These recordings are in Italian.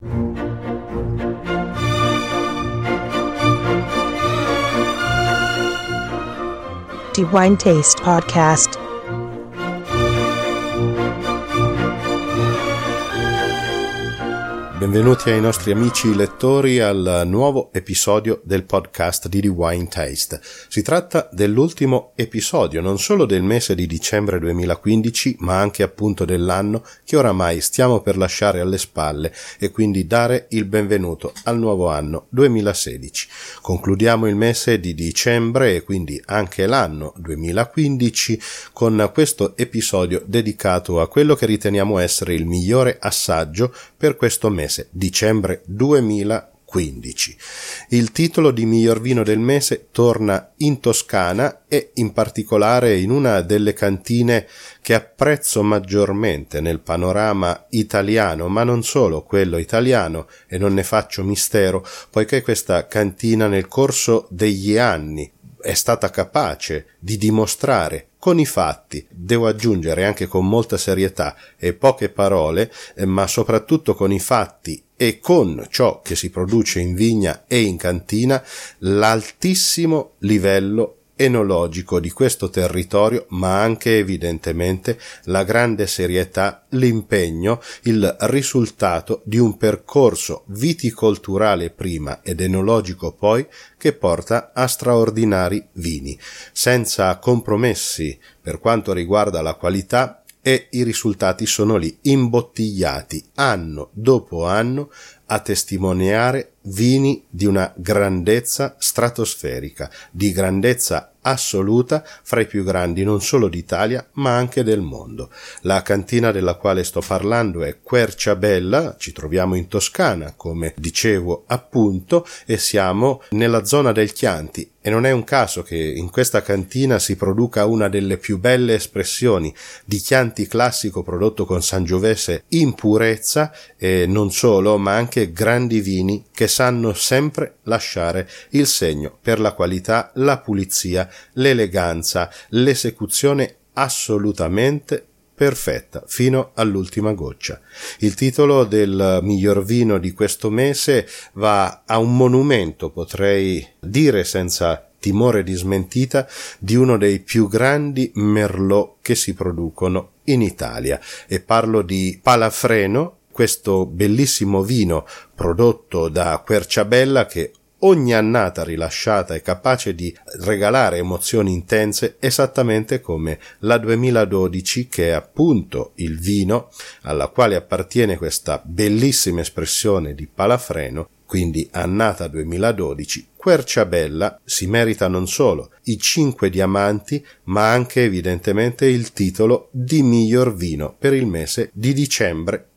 The Wine Taste Podcast. Benvenuti ai nostri amici lettori al nuovo episodio del podcast di The Wine Taste. Si tratta dell'ultimo episodio non solo del mese di dicembre 2015, ma anche appunto dell'anno che oramai stiamo per lasciare alle spalle e quindi dare il benvenuto al nuovo anno 2016. Concludiamo il mese di dicembre e quindi anche l'anno 2015 con questo episodio dedicato a quello che riteniamo essere il migliore assaggio per questo mese, dicembre 2015. Il titolo di miglior vino del mese torna in Toscana e in particolare in una delle cantine che apprezzo maggiormente nel panorama italiano, ma non solo quello italiano, e non ne faccio mistero, poiché questa cantina nel corso degli anni è stata capace di dimostrare con i fatti, devo aggiungere anche con molta serietà e poche parole, ma soprattutto con i fatti e con ciò che si produce in vigna e in cantina, l'altissimo livello enologico di questo territorio, ma anche evidentemente la grande serietà, l'impegno, il risultato di un percorso viticolturale prima ed enologico poi che porta a straordinari vini, senza compromessi per quanto riguarda la qualità, e i risultati sono lì, imbottigliati anno dopo anno a testimoniare vini di una grandezza stratosferica, di grandezza assoluta, fra i più grandi non solo d'Italia ma anche del mondo. La cantina della quale sto parlando è Querciabella, ci troviamo in Toscana come dicevo appunto e siamo nella zona del Chianti e non è un caso che in questa cantina si produca una delle più belle espressioni di Chianti classico prodotto con Sangiovese in purezza e non solo ma anche grandi vini che sanno sempre lasciare il segno per la qualità, la pulizia, l'eleganza, l'esecuzione assolutamente perfetta fino all'ultima goccia. Il titolo del miglior vino di questo mese va a un monumento, potrei dire senza timore di smentita, di uno dei più grandi merlot che si producono in Italia e parlo di Palafreno, questo bellissimo vino prodotto da Querciabella che ogni annata rilasciata è capace di regalare emozioni intense esattamente come la 2012 che è appunto il vino alla quale appartiene questa bellissima espressione di Palafreno, quindi annata 2012. Querciabella si merita non solo i 5 diamanti ma anche evidentemente il titolo di miglior vino per il mese di dicembre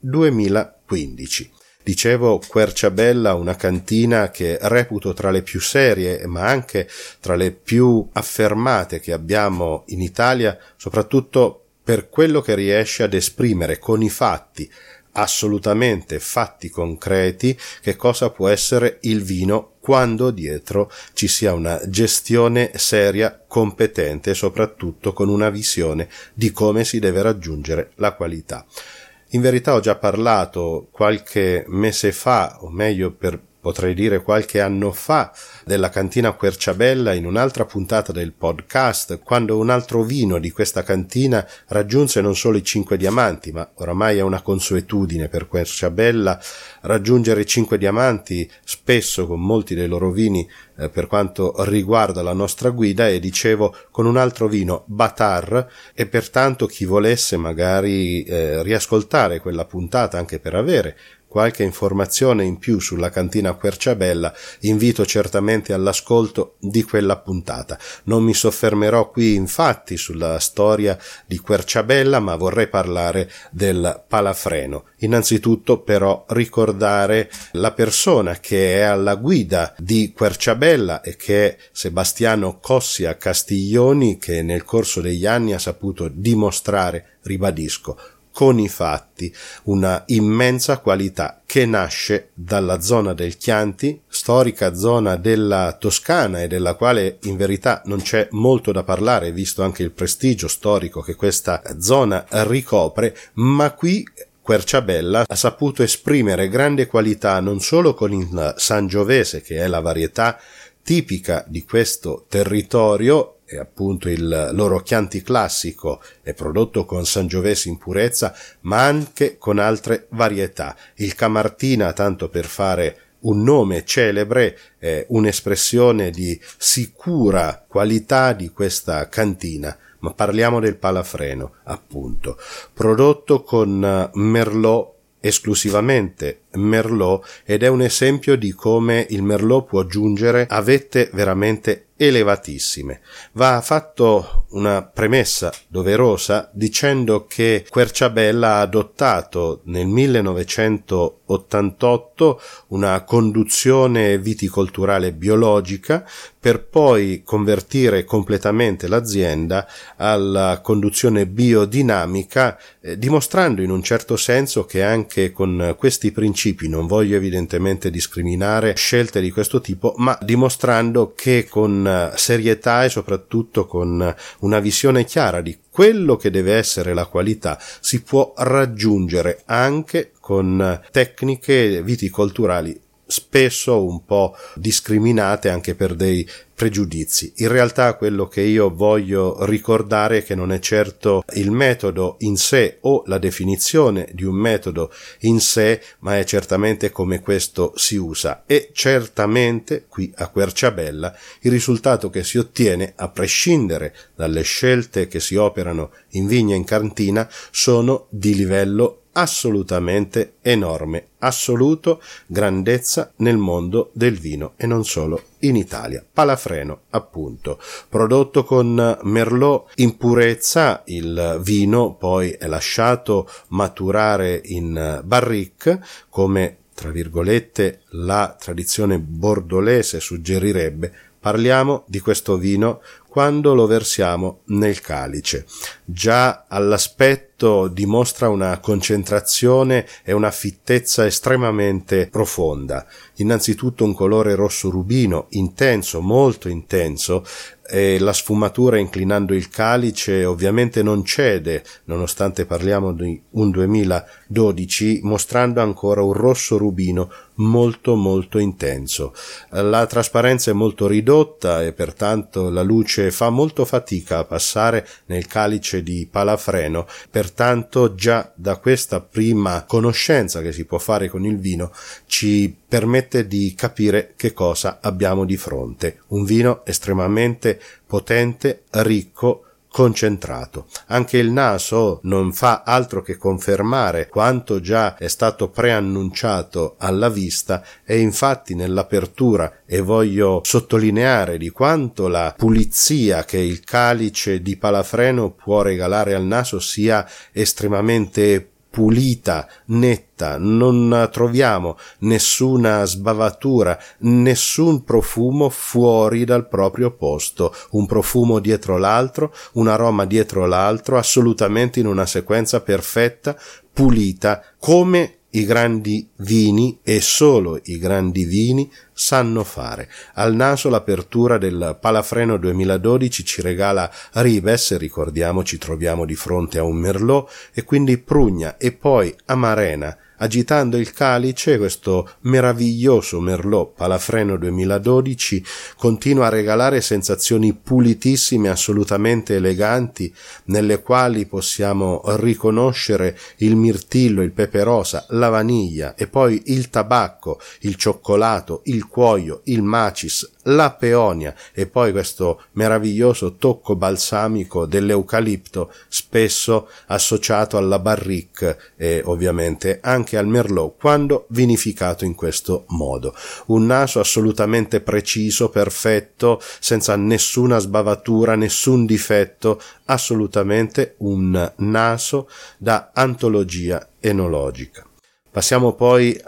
2015. Dicevo Querciabella, una cantina che reputo tra le più serie ma anche tra le più affermate che abbiamo in Italia, soprattutto per quello che riesce ad esprimere con i fatti, assolutamente fatti concreti, che cosa può essere il vino quando dietro ci sia una gestione seria, competente e soprattutto con una visione di come si deve raggiungere la qualità. In verità ho già parlato qualche mese fa, o meglio potrei dire qualche anno fa, della cantina Querciabella in un'altra puntata del podcast, quando un altro vino di questa cantina raggiunse non solo i 5 diamanti, ma oramai è una consuetudine per Querciabella raggiungere i 5 diamanti spesso con molti dei loro vini per quanto riguarda la nostra guida, e dicevo con un altro vino Batar, e pertanto chi volesse magari riascoltare quella puntata anche per avere qualche informazione in più sulla cantina Querciabella, invito certamente all'ascolto di quella puntata. Non mi soffermerò qui infatti sulla storia di Querciabella, ma vorrei parlare del Palafreno. Innanzitutto però ricordare la persona che è alla guida di Querciabella e che è Sebastiano Cossia Castiglioni, che nel corso degli anni ha saputo dimostrare, ribadisco, con i fatti, una immensa qualità che nasce dalla zona del Chianti, storica zona della Toscana e della quale in verità non c'è molto da parlare, visto anche il prestigio storico che questa zona ricopre, ma qui Querciabella ha saputo esprimere grande qualità non solo con il Sangiovese, che è la varietà tipica di questo territorio, e appunto il loro Chianti classico è prodotto con Sangiovese in purezza, ma anche con altre varietà. Il Camartina, tanto per fare un nome celebre, è un'espressione di sicura qualità di questa cantina. Ma parliamo del Palafreno, appunto, prodotto con Merlot, esclusivamente Merlot, ed è un esempio di come il Merlot può giungere a vette veramente elevatissime. Va fatto una premessa doverosa dicendo che Querciabella ha adottato nel 1988 una conduzione viticolturale biologica per poi convertire completamente l'azienda alla conduzione biodinamica, dimostrando in un certo senso che anche con questi principi, non voglio evidentemente discriminare scelte di questo tipo, ma dimostrando che con serietà e soprattutto con una visione chiara di quello che deve essere la qualità si può raggiungere anche con tecniche viticolturali spesso un po' discriminate anche per dei pregiudizi. In realtà quello che io voglio ricordare è che non è certo il metodo in sé o la definizione di un metodo in sé, ma è certamente come questo si usa, e certamente qui a Querciabella il risultato che si ottiene, a prescindere dalle scelte che si operano in vigna e in cantina, sono di livello assolutamente enorme, assoluto, grandezza nel mondo del vino e non solo in Italia. Palafreno, appunto, prodotto con Merlot in purezza. Il vino poi è lasciato maturare in barrique, come tra virgolette la tradizione bordolese suggerirebbe. Parliamo di questo vino quando lo versiamo nel calice. Già all'aspetto dimostra una concentrazione e una fittezza estremamente profonda. Innanzitutto un colore rosso rubino intenso, molto intenso, e la sfumatura inclinando il calice ovviamente non cede, nonostante parliamo di un 2012, mostrando ancora un rosso rubino molto molto intenso. La trasparenza è molto ridotta e pertanto la luce fa molto fatica a passare nel calice di Palafreno, pertanto già da questa prima conoscenza che si può fare con il vino ci permette di capire che cosa abbiamo di fronte. Un vino estremamente potente, ricco, concentrato. Anche il naso non fa altro che confermare quanto già è stato preannunciato alla vista, e infatti nell'apertura, e voglio sottolineare di quanto la pulizia che il calice di Palafreno può regalare al naso sia estremamente pulita, netta, non troviamo nessuna sbavatura, nessun profumo fuori dal proprio posto, un profumo dietro l'altro, un aroma dietro l'altro, assolutamente in una sequenza perfetta, pulita, come i grandi vini, e solo i grandi vini, sanno fare. Al naso l'apertura del Palafreno 2012 ci regala Ribes, ricordiamo ci troviamo di fronte a un Merlot, e quindi Prugna e poi Amarena. Agitando il calice, questo meraviglioso Merlot Palafreno 2012 continua a regalare sensazioni pulitissime, assolutamente eleganti, nelle quali possiamo riconoscere il mirtillo, il pepe rosa, la vaniglia e poi il tabacco, il cioccolato, il cuoio, il macis, la peonia e poi questo meraviglioso tocco balsamico dell'eucalipto, spesso associato alla barrique e ovviamente anche al Merlot quando vinificato in questo modo. Un naso assolutamente preciso, perfetto, senza nessuna sbavatura, nessun difetto, assolutamente un naso da antologia enologica. Passiamo poi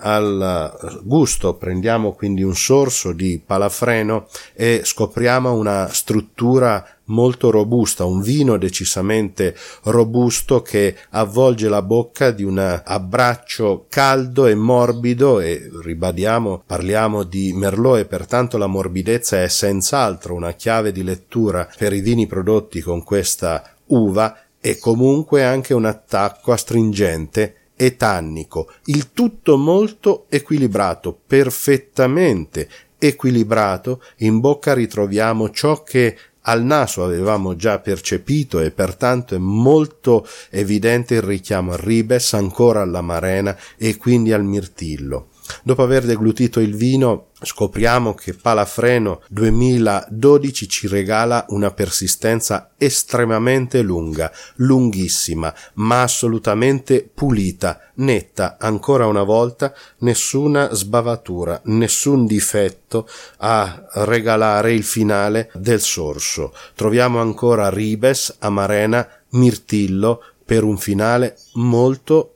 al gusto, prendiamo quindi un sorso di Palafreno e scopriamo una struttura molto robusta, un vino decisamente robusto che avvolge la bocca di un abbraccio caldo e morbido, e ribadiamo, parliamo di Merlot e pertanto la morbidezza è senz'altro una chiave di lettura per i vini prodotti con questa uva, e comunque anche un attacco astringente e tannico, il tutto molto equilibrato, perfettamente equilibrato. In bocca ritroviamo ciò che al naso avevamo già percepito e pertanto è molto evidente il richiamo al ribes, ancora all'amarena e quindi al mirtillo. Dopo aver deglutito il vino, scopriamo che Palafreno 2012 ci regala una persistenza estremamente lunga, lunghissima, ma assolutamente pulita, netta, ancora una volta, nessuna sbavatura, nessun difetto a regalare il finale del sorso. Troviamo ancora ribes, amarena, mirtillo per un finale molto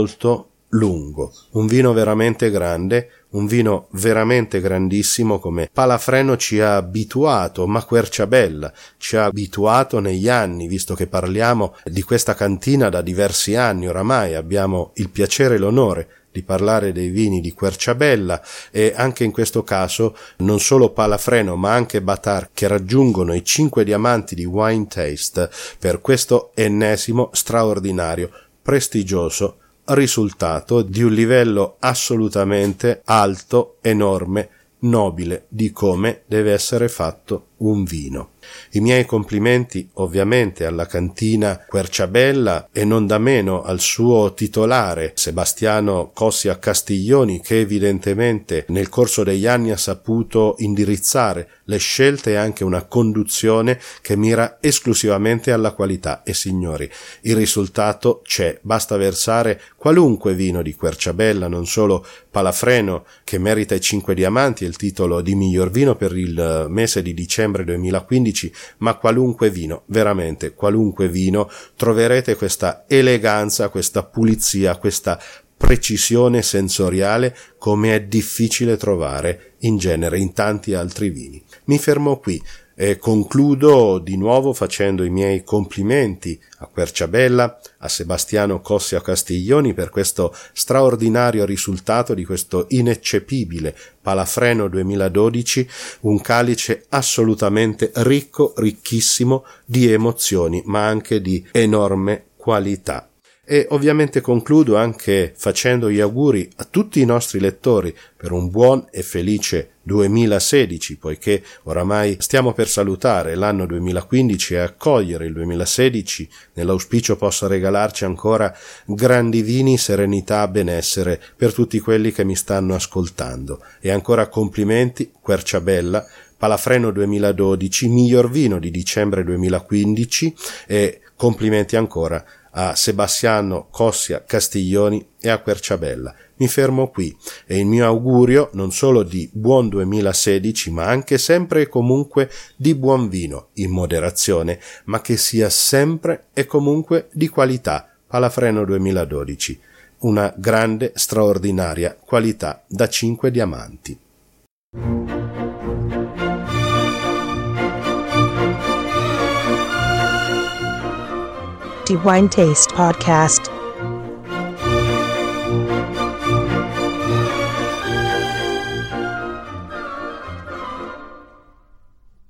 lungo. Un vino veramente grande, un vino veramente grandissimo, come Palafreno ci ha abituato, ma Querciabella ci ha abituato negli anni, visto che parliamo di questa cantina da diversi anni oramai. Abbiamo il piacere e l'onore di parlare dei vini di Querciabella, e anche in questo caso non solo Palafreno ma anche Batar, che raggiungono i 5 diamanti di Wine Taste per questo ennesimo straordinario, prestigioso risultato di un livello assolutamente alto, enorme, nobile di come deve essere fatto un vino. I miei complimenti ovviamente alla cantina Querciabella e non da meno al suo titolare Sebastiano Cossia Castiglioni, che evidentemente nel corso degli anni ha saputo indirizzare le scelte e anche una conduzione che mira esclusivamente alla qualità. E signori, il risultato c'è, basta versare qualunque vino di Querciabella, non solo Palafreno, che merita i 5 diamanti e il titolo di miglior vino per il mese di dicembre 2015, ma qualunque vino, veramente qualunque vino, troverete questa eleganza, questa pulizia, questa precisione sensoriale come è difficile trovare in genere in tanti altri vini. Mi fermo qui e concludo di nuovo facendo i miei complimenti a Querciabella, a Sebastiano Cossia Castiglioni per questo straordinario risultato di questo ineccepibile Palafreno 2012, un calice assolutamente ricco, ricchissimo di emozioni, ma anche di enorme qualità. E ovviamente concludo anche facendo gli auguri a tutti i nostri lettori per un buon e felice 2016, poiché oramai stiamo per salutare l'anno 2015 e accogliere il 2016, nell'auspicio possa regalarci ancora grandi vini, serenità, benessere per tutti quelli che mi stanno ascoltando. E ancora complimenti, Querciabella, Palafreno 2012, miglior vino di dicembre 2015, e complimenti ancora a Sebastiano Cossia Castiglioni e a Querciabella. Mi fermo qui e il mio augurio non solo di buon 2016 ma anche sempre e comunque di buon vino, in moderazione, ma che sia sempre e comunque di qualità. Palafreno 2012, una grande, straordinaria qualità da 5 diamanti. The Wine Taste Podcast.